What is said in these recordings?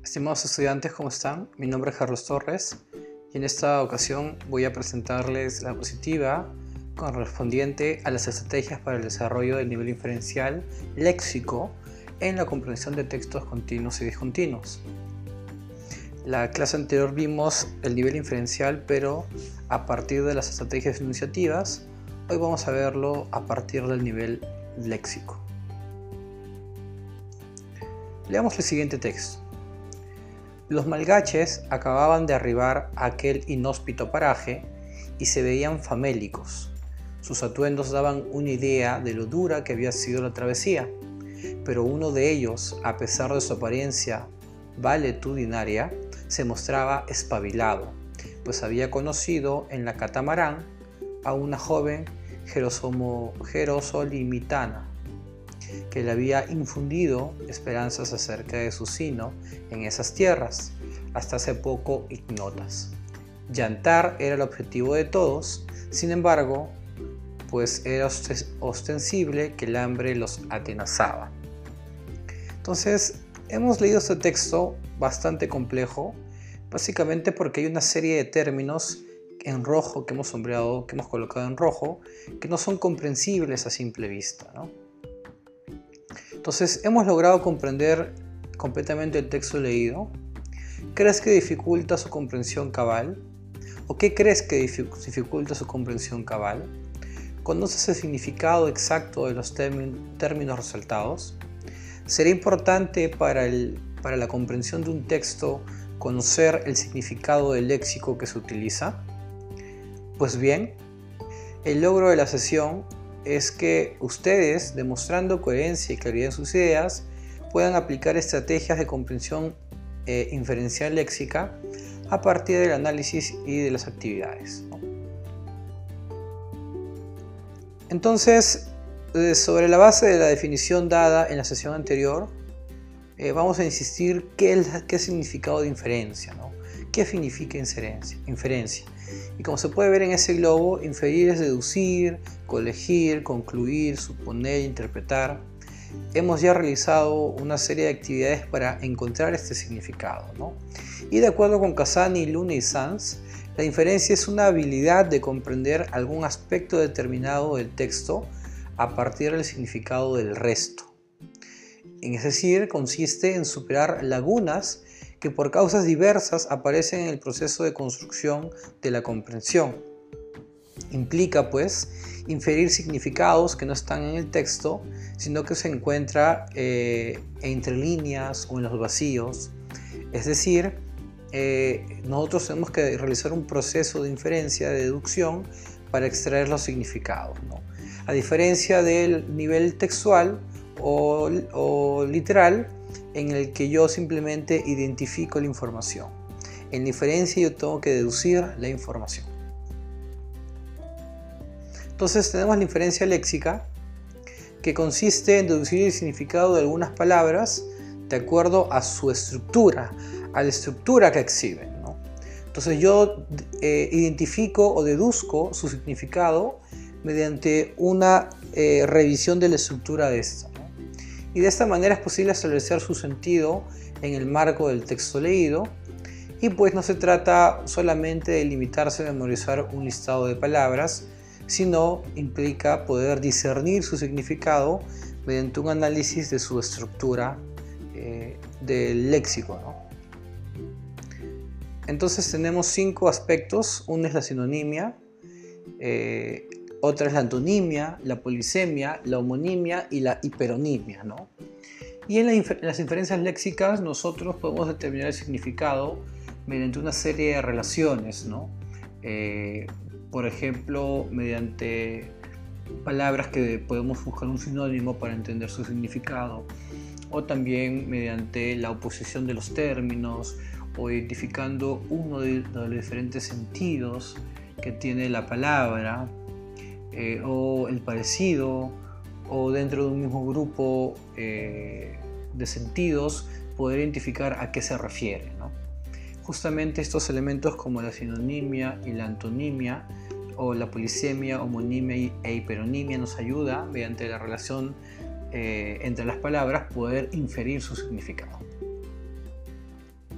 Estimados estudiantes, ¿cómo están? Mi nombre es Carlos Torres y en esta ocasión voy a presentarles la diapositiva correspondiente a las estrategias para el desarrollo del nivel inferencial léxico en la comprensión de textos continuos y discontinuos. La clase anterior vimos el nivel inferencial, pero a partir de las estrategias enunciativas. Hoy vamos a verlo a partir del nivel léxico. Leamos el siguiente texto. Los malgaches acababan de arribar a aquel inhóspito paraje y se veían famélicos. Sus atuendos daban una idea de lo dura que había sido la travesía, pero uno de ellos, a pesar de su apariencia valetudinaria, se mostraba espabilado, pues había conocido en la catamarán a una joven jerosolimitana que le había infundido esperanzas acerca de su sino en esas tierras, hasta hace poco ignotas. Yantar era el objetivo de todos, sin embargo, pues era ostensible que el hambre los atenazaba. Entonces, hemos leído este texto bastante complejo, básicamente porque hay una serie de términos en rojo que hemos sombreado, que hemos colocado en rojo, que no son comprensibles a simple vista, ¿no? Entonces, hemos logrado comprender completamente el texto leído. ¿Crees que dificulta su comprensión cabal? ¿O qué crees que dificulta su comprensión cabal? ¿Conoces el significado exacto de los términos resaltados? ¿Será importante para la comprensión de un texto conocer el significado del léxico que se utiliza? Pues bien, el logro de la sesión es que ustedes, demostrando coherencia y claridad en sus ideas, puedan aplicar estrategias de comprensión inferencial léxica a partir del análisis y de las actividades, ¿no? Entonces, sobre la base de la definición dada en la sesión anterior, vamos a insistir qué significado de inferencia, ¿no? ¿Qué significa inferencia? Y como se puede ver en ese globo, inferir es deducir, colegir, concluir, suponer, interpretar. Hemos ya realizado una serie de actividades para encontrar este significado, ¿no? Y de acuerdo con Casani, Luna y Sanz, la inferencia es una habilidad de comprender algún aspecto determinado del texto a partir del significado del resto. Es decir, consiste en superar lagunas que por causas diversas aparecen en el proceso de construcción de la comprensión. Implica, pues, inferir significados que no están en el texto, sino que se encuentra entre líneas o en los vacíos. Es decir, nosotros tenemos que realizar un proceso de inferencia, de deducción, para extraer los significados, ¿no? A diferencia del nivel textual o literal, en el que yo simplemente identifico la información. En la inferencia yo tengo que deducir la información. Entonces tenemos la inferencia léxica, que consiste en deducir el significado de algunas palabras de acuerdo a su estructura, a la estructura que exhiben, ¿no? Entonces yo identifico o deduzco su significado mediante una revisión de la estructura de esta. Y de esta manera es posible establecer su sentido en el marco del texto leído, y pues no se trata solamente de limitarse a memorizar un listado de palabras, sino implica poder discernir su significado mediante un análisis de su estructura del léxico, ¿no? Entonces tenemos 5 aspectos. Uno es la sinonimia, otra es la antonimia, la polisemia, la homonimia y la hiperonimia, ¿no? Y en las inferencias léxicas nosotros podemos determinar el significado mediante una serie de relaciones, ¿no? Por ejemplo, mediante palabras que podemos buscar un sinónimo para entender su significado, o también mediante la oposición de los términos, o identificando uno de los diferentes sentidos que tiene la palabra, o el parecido, o dentro de un mismo grupo de sentidos poder identificar a qué se refiere, ¿no? Justamente estos elementos como la sinonimia y la antonimia, o la polisemia, homonimia e hiperonimia, nos ayuda mediante la relación entre las palabras poder inferir su significado.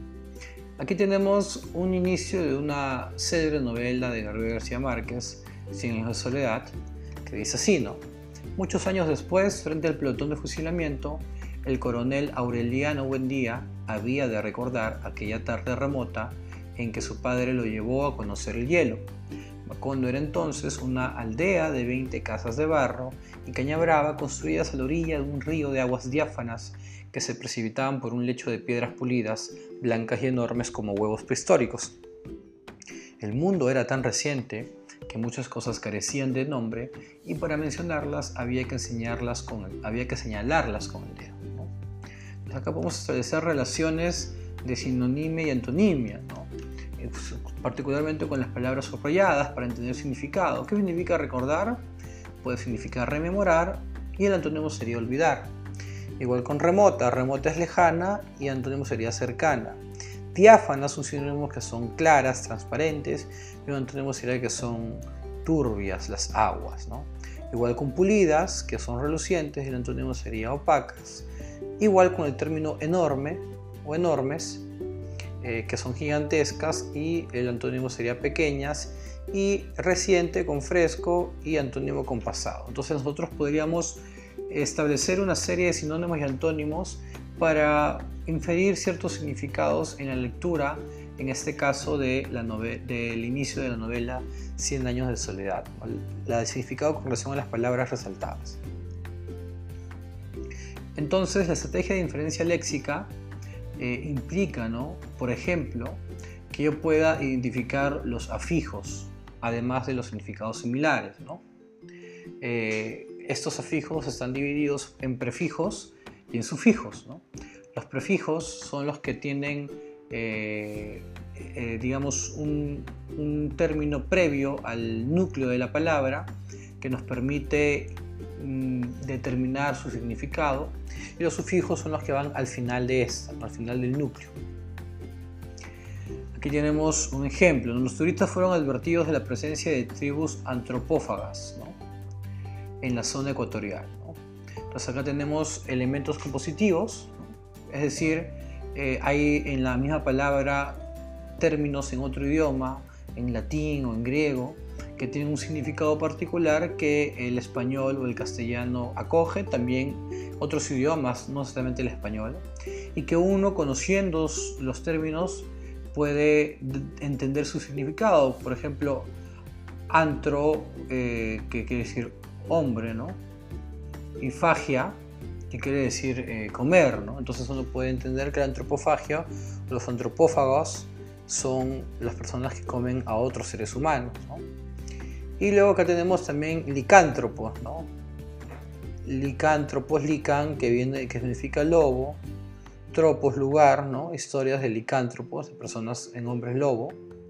Aquí tenemos un inicio de una célebre novela de Gabriel García Márquez, Cien años de soledad, que dice así, ¿no? Muchos años después, frente al pelotón de fusilamiento, el coronel Aureliano Buendía había de recordar aquella tarde remota en que su padre lo llevó a conocer el hielo. Macondo era entonces una aldea de 20 casas de barro y caña brava construidas a la orilla de un río de aguas diáfanas que se precipitaban por un lecho de piedras pulidas, blancas y enormes como huevos prehistóricos. El mundo era tan reciente que muchas cosas carecían de nombre y para mencionarlas había que señalarlas con el dedo, ¿no? Entonces acá podemos establecer relaciones de sinonimia y antonimia, ¿no? Particularmente con las palabras subrayadas para entender significado. ¿Qué significa recordar? Puede significar rememorar y el antónimo sería olvidar. Igual con remota, remota es lejana y antónimo sería cercana. Diáfanas son sinónimos que son claras, transparentes, y un antónimo sería que son turbias las aguas, ¿no? Igual con pulidas, que son relucientes, y el antónimo sería opacas. Igual con el término enorme o enormes, que son gigantescas, y el antónimo sería pequeñas, y reciente con fresco y antónimo con pasado. Entonces nosotros podríamos establecer una serie de sinónimos y antónimos para inferir ciertos significados en la lectura, en este caso del inicio de la novela Cien años de soledad, el significado con relación a las palabras resaltadas. Entonces la estrategia de inferencia léxica implica, ¿no?, por ejemplo, que yo pueda identificar los afijos, además de los significados similares, ¿no? Estos afijos están divididos en prefijos y en sufijos, ¿no? Los prefijos son los que tienen, digamos, un término previo al núcleo de la palabra que nos permite determinar su significado, y los sufijos son los que van al final de esta, al final del núcleo. Aquí tenemos un ejemplo. Los turistas fueron advertidos de la presencia de tribus antropófagas, ¿no?, en la zona ecuatorial, ¿no? Entonces acá tenemos elementos compositivos, ¿no? Es decir, hay en la misma palabra términos en otro idioma, en latín o en griego, que tienen un significado particular que el español o el castellano acoge, también otros idiomas, no solamente el español, y que uno, conociendo los términos, puede entender su significado. Por ejemplo, antro, que quiere decir hombre, ¿no?, y fagia, que quiere decir comer, ¿no? Entonces uno puede entender que la antropofagia, los antropófagos, son las personas que comen a otros seres humanos, ¿no? Y luego acá tenemos también licántropos, ¿no? Licántropos, lican, que significa lobo, tropos, lugar, ¿no? Historias de licántropos, de personas en hombres lobo.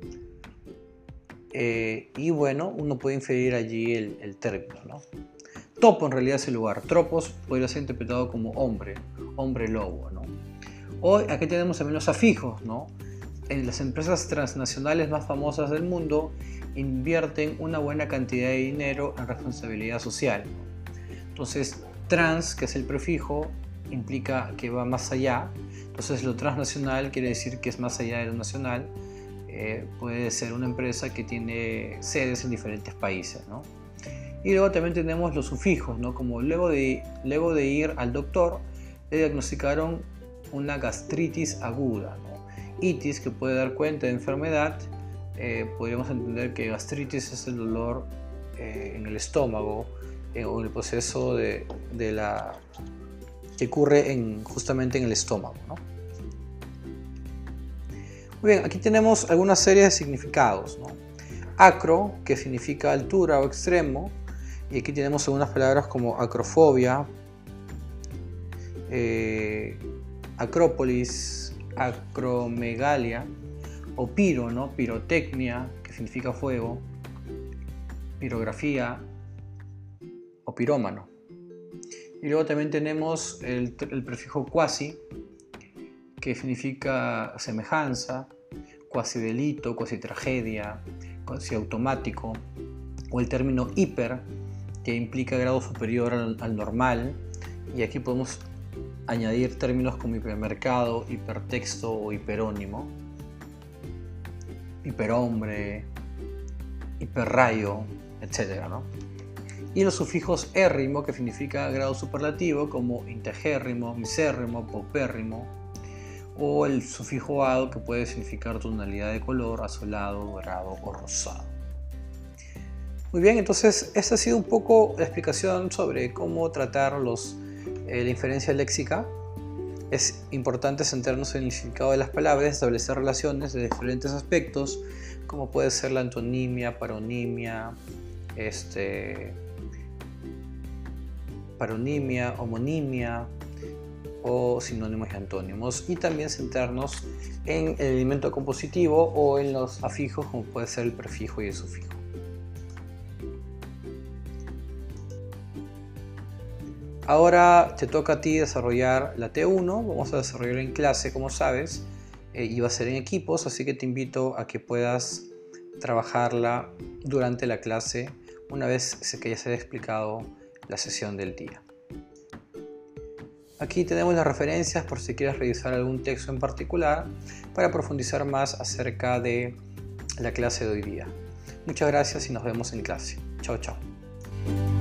Y bueno, uno puede inferir allí el término, ¿no? Topo en realidad es el lugar. Tropos podría ser interpretado como hombre, hombre lobo, ¿no? Hoy aquí tenemos también los afijos, ¿no? Las empresas transnacionales más famosas del mundo invierten una buena cantidad de dinero en responsabilidad social, ¿no? Entonces, trans, que es el prefijo, implica que va más allá. Entonces, lo transnacional quiere decir que es más allá de lo nacional. Puede ser una empresa que tiene sedes en diferentes países, ¿no? Y luego también tenemos los sufijos, ¿no? Como luego de ir al doctor, le diagnosticaron una gastritis aguda, ¿no? Itis, que puede dar cuenta de enfermedad. Podríamos entender que gastritis es el dolor en el estómago, o en el proceso que ocurre justamente en el estómago, ¿no? Muy bien, aquí tenemos alguna serie de significados, ¿no? Acro, que significa altura o extremo, y aquí tenemos algunas palabras como acrofobia, acrópolis, acromegalia, o piro, ¿no? Pirotecnia, que significa fuego, pirografía o pirómano. Y luego también tenemos el prefijo cuasi, que significa semejanza, cuasi delito, cuasi tragedia, cuasi automático, o el término hiper, que implica grado superior al normal, y aquí podemos añadir términos como hipermercado, hipertexto o hiperónimo. hiperhombre, hiperrayo, etc., ¿no? Y los sufijos érrimo, que significa grado superlativo, como integérrimo, misérrimo, paupérrimo, o el sufijo ado, que puede significar tonalidad de color, azulado, dorado o rosado. Muy bien, entonces esta ha sido un poco la explicación sobre cómo tratar la inferencia léxica. Es importante centrarnos en el significado de las palabras, establecer relaciones de diferentes aspectos, como puede ser la antonimia, paronimia, homonimia o sinónimos y antónimos, y también centrarnos en el elemento compositivo o en los afijos, como puede ser el prefijo y el sufijo. Ahora te toca a ti desarrollar la T1, vamos a desarrollarla en clase, como sabes, y va a ser en equipos, así que te invito a que puedas trabajarla durante la clase una vez que ya se haya explicado la sesión del día. Aquí tenemos las referencias por si quieres revisar algún texto en particular para profundizar más acerca de la clase de hoy día. Muchas gracias y nos vemos en clase. Chao, chao.